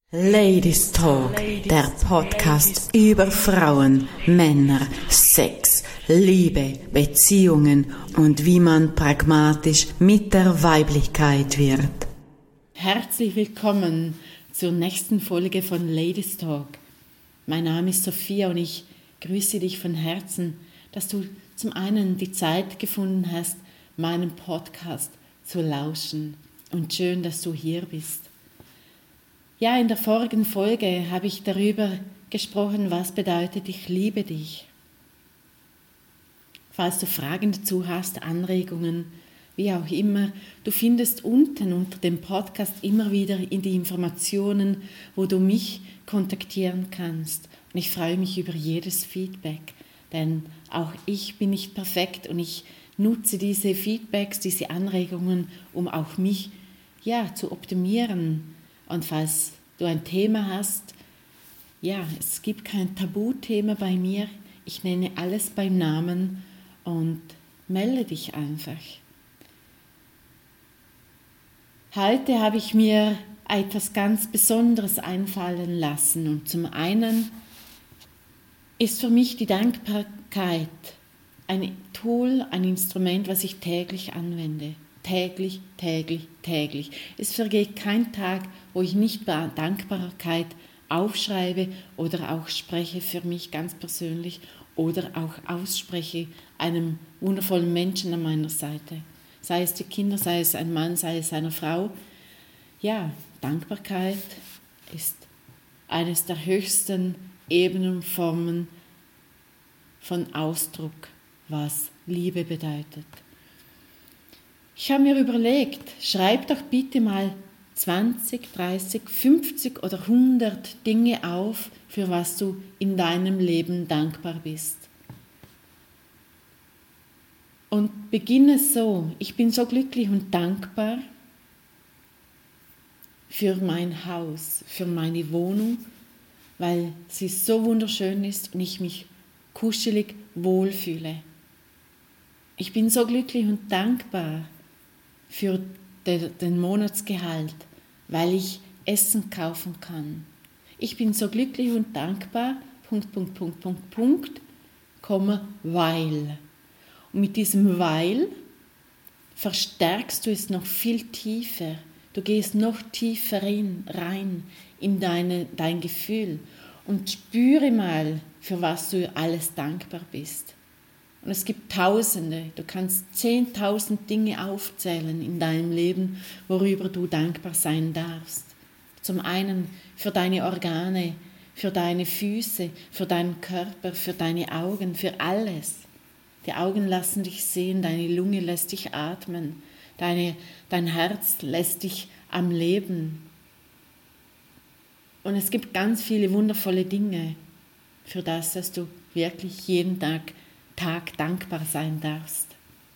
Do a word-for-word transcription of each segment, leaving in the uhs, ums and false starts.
Ladies Talk, der Podcast über Frauen, Männer, Sex, Liebe, Beziehungen und wie man pragmatisch mit der Weiblichkeit wird. Herzlich willkommen zur nächsten Folge von Ladies Talk. Mein Name ist Sophia und ich grüße dich von Herzen, dass du zum einen die Zeit gefunden hast, meinem Podcast zu lauschen. Und schön, dass du hier bist. Ja, in der vorigen Folge habe ich darüber gesprochen, was bedeutet, ich liebe dich. Falls du Fragen dazu hast, Anregungen, wie auch immer, du findest unten unter dem Podcast immer wieder in die Informationen, wo du mich kontaktieren kannst. Und ich freue mich über jedes Feedback, denn auch ich bin nicht perfekt und ich nutze diese Feedbacks, diese Anregungen, um auch mich ja, zu optimieren. Und falls du ein Thema hast, ja, es gibt kein Tabuthema bei mir. Ich nenne alles beim Namen und melde dich einfach. Heute habe ich mir etwas ganz Besonderes einfallen lassen. Und zum einen ist für mich die Dankbarkeit ein Tool, ein Instrument, was ich täglich anwende. Täglich, täglich, täglich. Es vergeht kein Tag, wo ich nicht Dankbarkeit aufschreibe oder auch spreche für mich ganz persönlich oder auch ausspreche einem wundervollen Menschen an meiner Seite. Sei es die Kinder, sei es ein Mann, sei es eine Frau. Ja, Dankbarkeit ist eines der höchsten Ebenenformen von Ausdruck, was Liebe bedeutet. Ich habe mir überlegt, schreib doch bitte mal zwanzig, dreißig, fünfzig oder hundert Dinge auf, für was du in deinem Leben dankbar bist. Und beginne so, ich bin so glücklich und dankbar für mein Haus, für meine Wohnung, weil sie so wunderschön ist und ich mich kuschelig wohlfühle. Ich bin so glücklich und dankbar für den Monatsgehalt, weil ich Essen kaufen kann. Ich bin so glücklich und dankbar, Punkt, Punkt, Punkt, Punkt, Punkt, Komma, weil. Und mit diesem weil verstärkst du es noch viel tiefer. Du gehst noch tiefer rein in deine, dein Gefühl und spüre mal, für was du alles dankbar bist. Und es gibt Tausende, du kannst zehntausend Dinge aufzählen in deinem Leben, worüber du dankbar sein darfst. Zum einen für deine Organe, für deine Füße, für deinen Körper, für deine Augen, für alles. Die Augen lassen dich sehen, deine Lunge lässt dich atmen, deine, dein Herz lässt dich am Leben. Und es gibt ganz viele wundervolle Dinge, für das, dass du wirklich jeden Tag Tag dankbar sein darfst.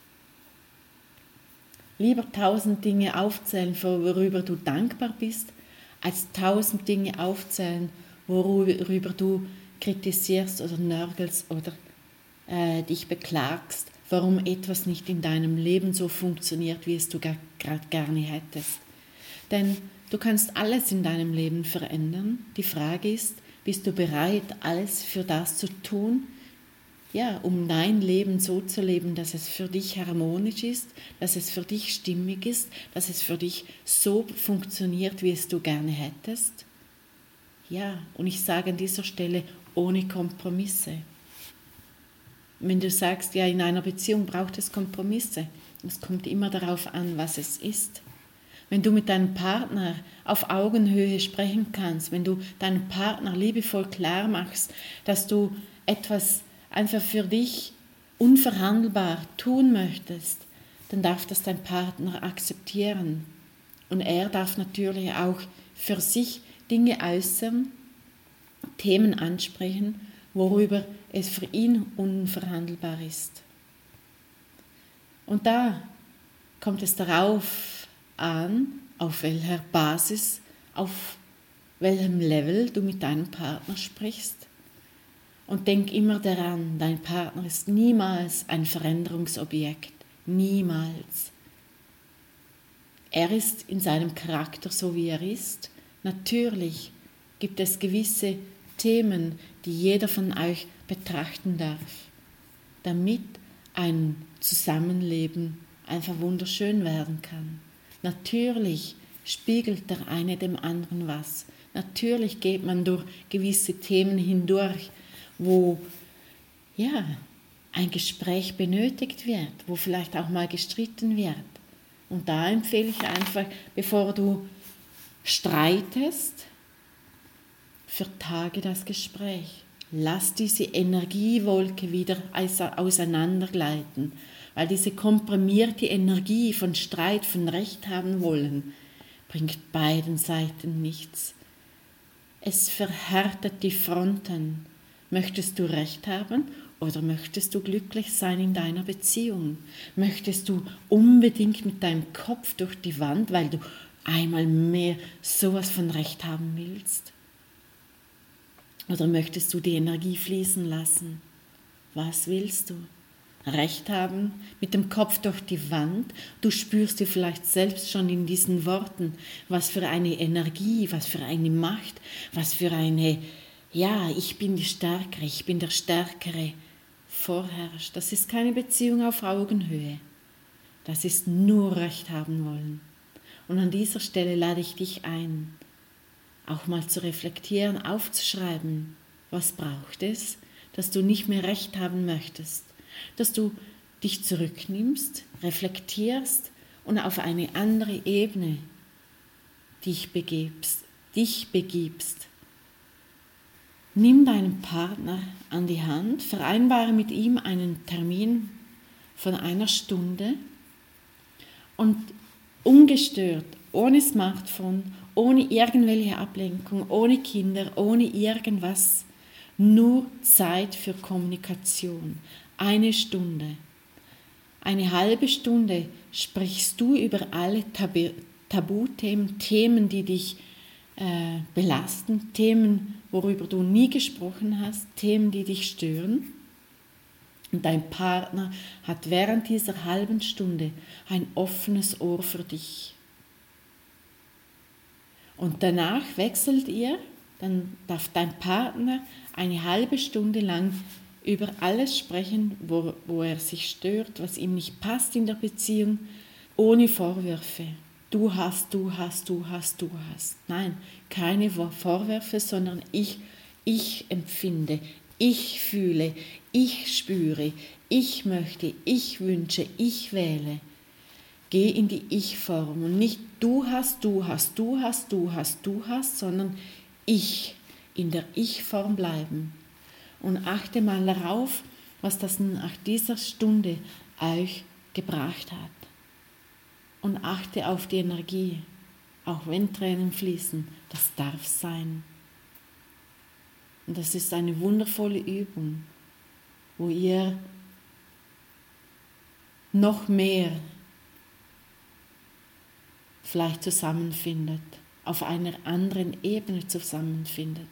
Lieber tausend Dinge aufzählen, worüber du dankbar bist, als tausend Dinge aufzählen, worüber du kritisierst oder nörgelst oder äh, dich beklagst, warum etwas nicht in deinem Leben so funktioniert, wie es du gerade gerne hättest. Denn du kannst alles in deinem Leben verändern. Die Frage ist, bist du bereit, alles für das zu tun, ja, um dein Leben so zu leben, dass es für dich harmonisch ist, dass es für dich stimmig ist, dass es für dich so funktioniert, wie es du gerne hättest? Ja, und ich sage an dieser Stelle, ohne Kompromisse. Wenn du sagst, ja, in einer Beziehung braucht es Kompromisse, es kommt immer darauf an, was es ist. Wenn du mit deinem Partner auf Augenhöhe sprechen kannst, wenn du deinem Partner liebevoll klar machst, dass du etwas einfach für dich unverhandelbar tun möchtest, dann darf das dein Partner akzeptieren. Und er darf natürlich auch für sich Dinge äußern, Themen ansprechen, worüber es für ihn unverhandelbar ist. Und da kommt es darauf an, auf welcher Basis, auf welchem Level du mit deinem Partner sprichst. Und denk immer daran, dein Partner ist niemals ein Veränderungsobjekt. Niemals. Er ist in seinem Charakter so, wie er ist. Natürlich gibt es gewisse Themen, die jeder von euch betrachten darf, damit ein Zusammenleben einfach wunderschön werden kann. Natürlich spiegelt der eine dem anderen was. Natürlich geht man durch gewisse Themen hindurch, wo ja, ein Gespräch benötigt wird, wo vielleicht auch mal gestritten wird. Und da empfehle ich einfach, bevor du streitest, vertage das Gespräch. Lass diese Energiewolke wieder auseinandergleiten, weil diese komprimierte Energie von Streit, von Recht haben wollen, bringt beiden Seiten nichts. Es verhärtet die Fronten. Möchtest du Recht haben oder möchtest du glücklich sein in deiner Beziehung? Möchtest du unbedingt mit deinem Kopf durch die Wand, weil du einmal mehr sowas von Recht haben willst? Oder möchtest du die Energie fließen lassen? Was willst du? Recht haben, mit dem Kopf durch die Wand. Du spürst dir vielleicht selbst schon in diesen Worten, was für eine Energie, was für eine Macht, was für eine, ja, ich bin die Stärkere, ich bin der Stärkere vorherrscht. Das ist keine Beziehung auf Augenhöhe. Das ist nur Recht haben wollen. Und an dieser Stelle lade ich dich ein, auch mal zu reflektieren, aufzuschreiben, was braucht es, dass du nicht mehr Recht haben möchtest, dass du dich zurücknimmst, reflektierst und auf eine andere Ebene dich begibst, dich begibst. Nimm deinen Partner an die Hand, vereinbare mit ihm einen Termin von einer Stunde und ungestört, ohne Smartphone, ohne irgendwelche Ablenkung, ohne Kinder, ohne irgendwas, nur Zeit für Kommunikation. Eine Stunde. Eine halbe Stunde sprichst du über alle Tabu- Tabuthemen, Themen, die dich äh, belasten, Themen, worüber du nie gesprochen hast, Themen, die dich stören. Und dein Partner hat während dieser halben Stunde ein offenes Ohr für dich. Und danach wechselt ihr, dann darf dein Partner eine halbe Stunde lang über alles sprechen, wo, wo er sich stört, was ihm nicht passt in der Beziehung, ohne Vorwürfe. Du hast, du hast, du hast, du hast. Nein, keine Vorwürfe, sondern ich, ich empfinde, ich fühle, ich spüre, ich möchte, ich wünsche, ich wähle. Geh in die Ich-Form und nicht du hast, du hast, du hast, du hast, du hast, sondern ich, in der Ich-Form bleiben. Und achte mal darauf, was das nach dieser Stunde euch gebracht hat. Und achte auf die Energie, auch wenn Tränen fließen, das darf sein. Und das ist eine wundervolle Übung, wo ihr noch mehr vielleicht zusammenfindet, auf einer anderen Ebene zusammenfindet.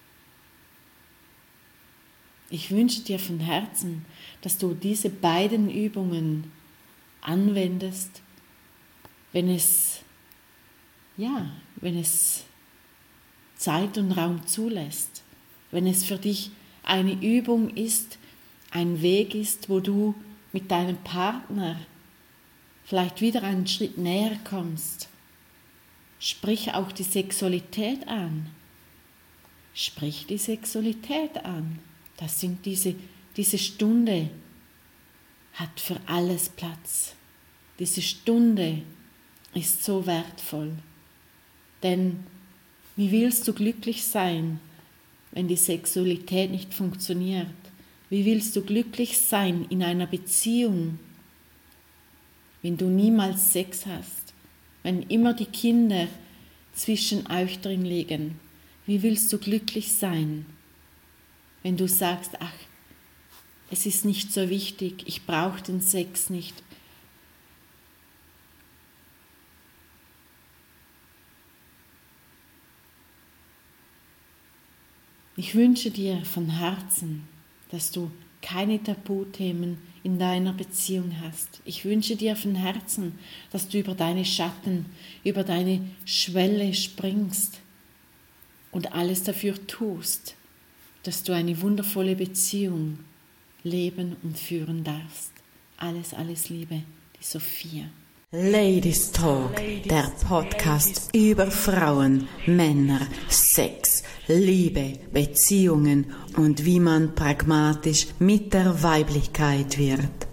Ich wünsche dir von Herzen, dass du diese beiden Übungen anwendest, wenn es, ja, wenn es Zeit und Raum zulässt, wenn es für dich eine Übung ist, ein Weg ist, wo du mit deinem Partner vielleicht wieder einen Schritt näher kommst. Sprich auch die Sexualität an. Sprich die Sexualität an. Das sind diese, diese Stunde hat für alles Platz. Diese Stunde ist so wertvoll. Denn wie willst du glücklich sein, wenn die Sexualität nicht funktioniert? Wie willst du glücklich sein in einer Beziehung, wenn du niemals Sex hast, wenn immer die Kinder zwischen euch drin liegen? Wie willst du glücklich sein, wenn du sagst, ach, es ist nicht so wichtig, ich brauche den Sex nicht. Ich wünsche dir von Herzen, dass du keine Tabuthemen in deiner Beziehung hast. Ich wünsche dir von Herzen, dass du über deine Schatten, über deine Schwelle springst und alles dafür tust, dass du eine wundervolle Beziehung leben und führen darfst. Alles, alles Liebe, die Sophia. Ladies Talk, der Podcast über Frauen, Männer, Sex, Liebe, Beziehungen und wie man pragmatisch mit der Weiblichkeit wird.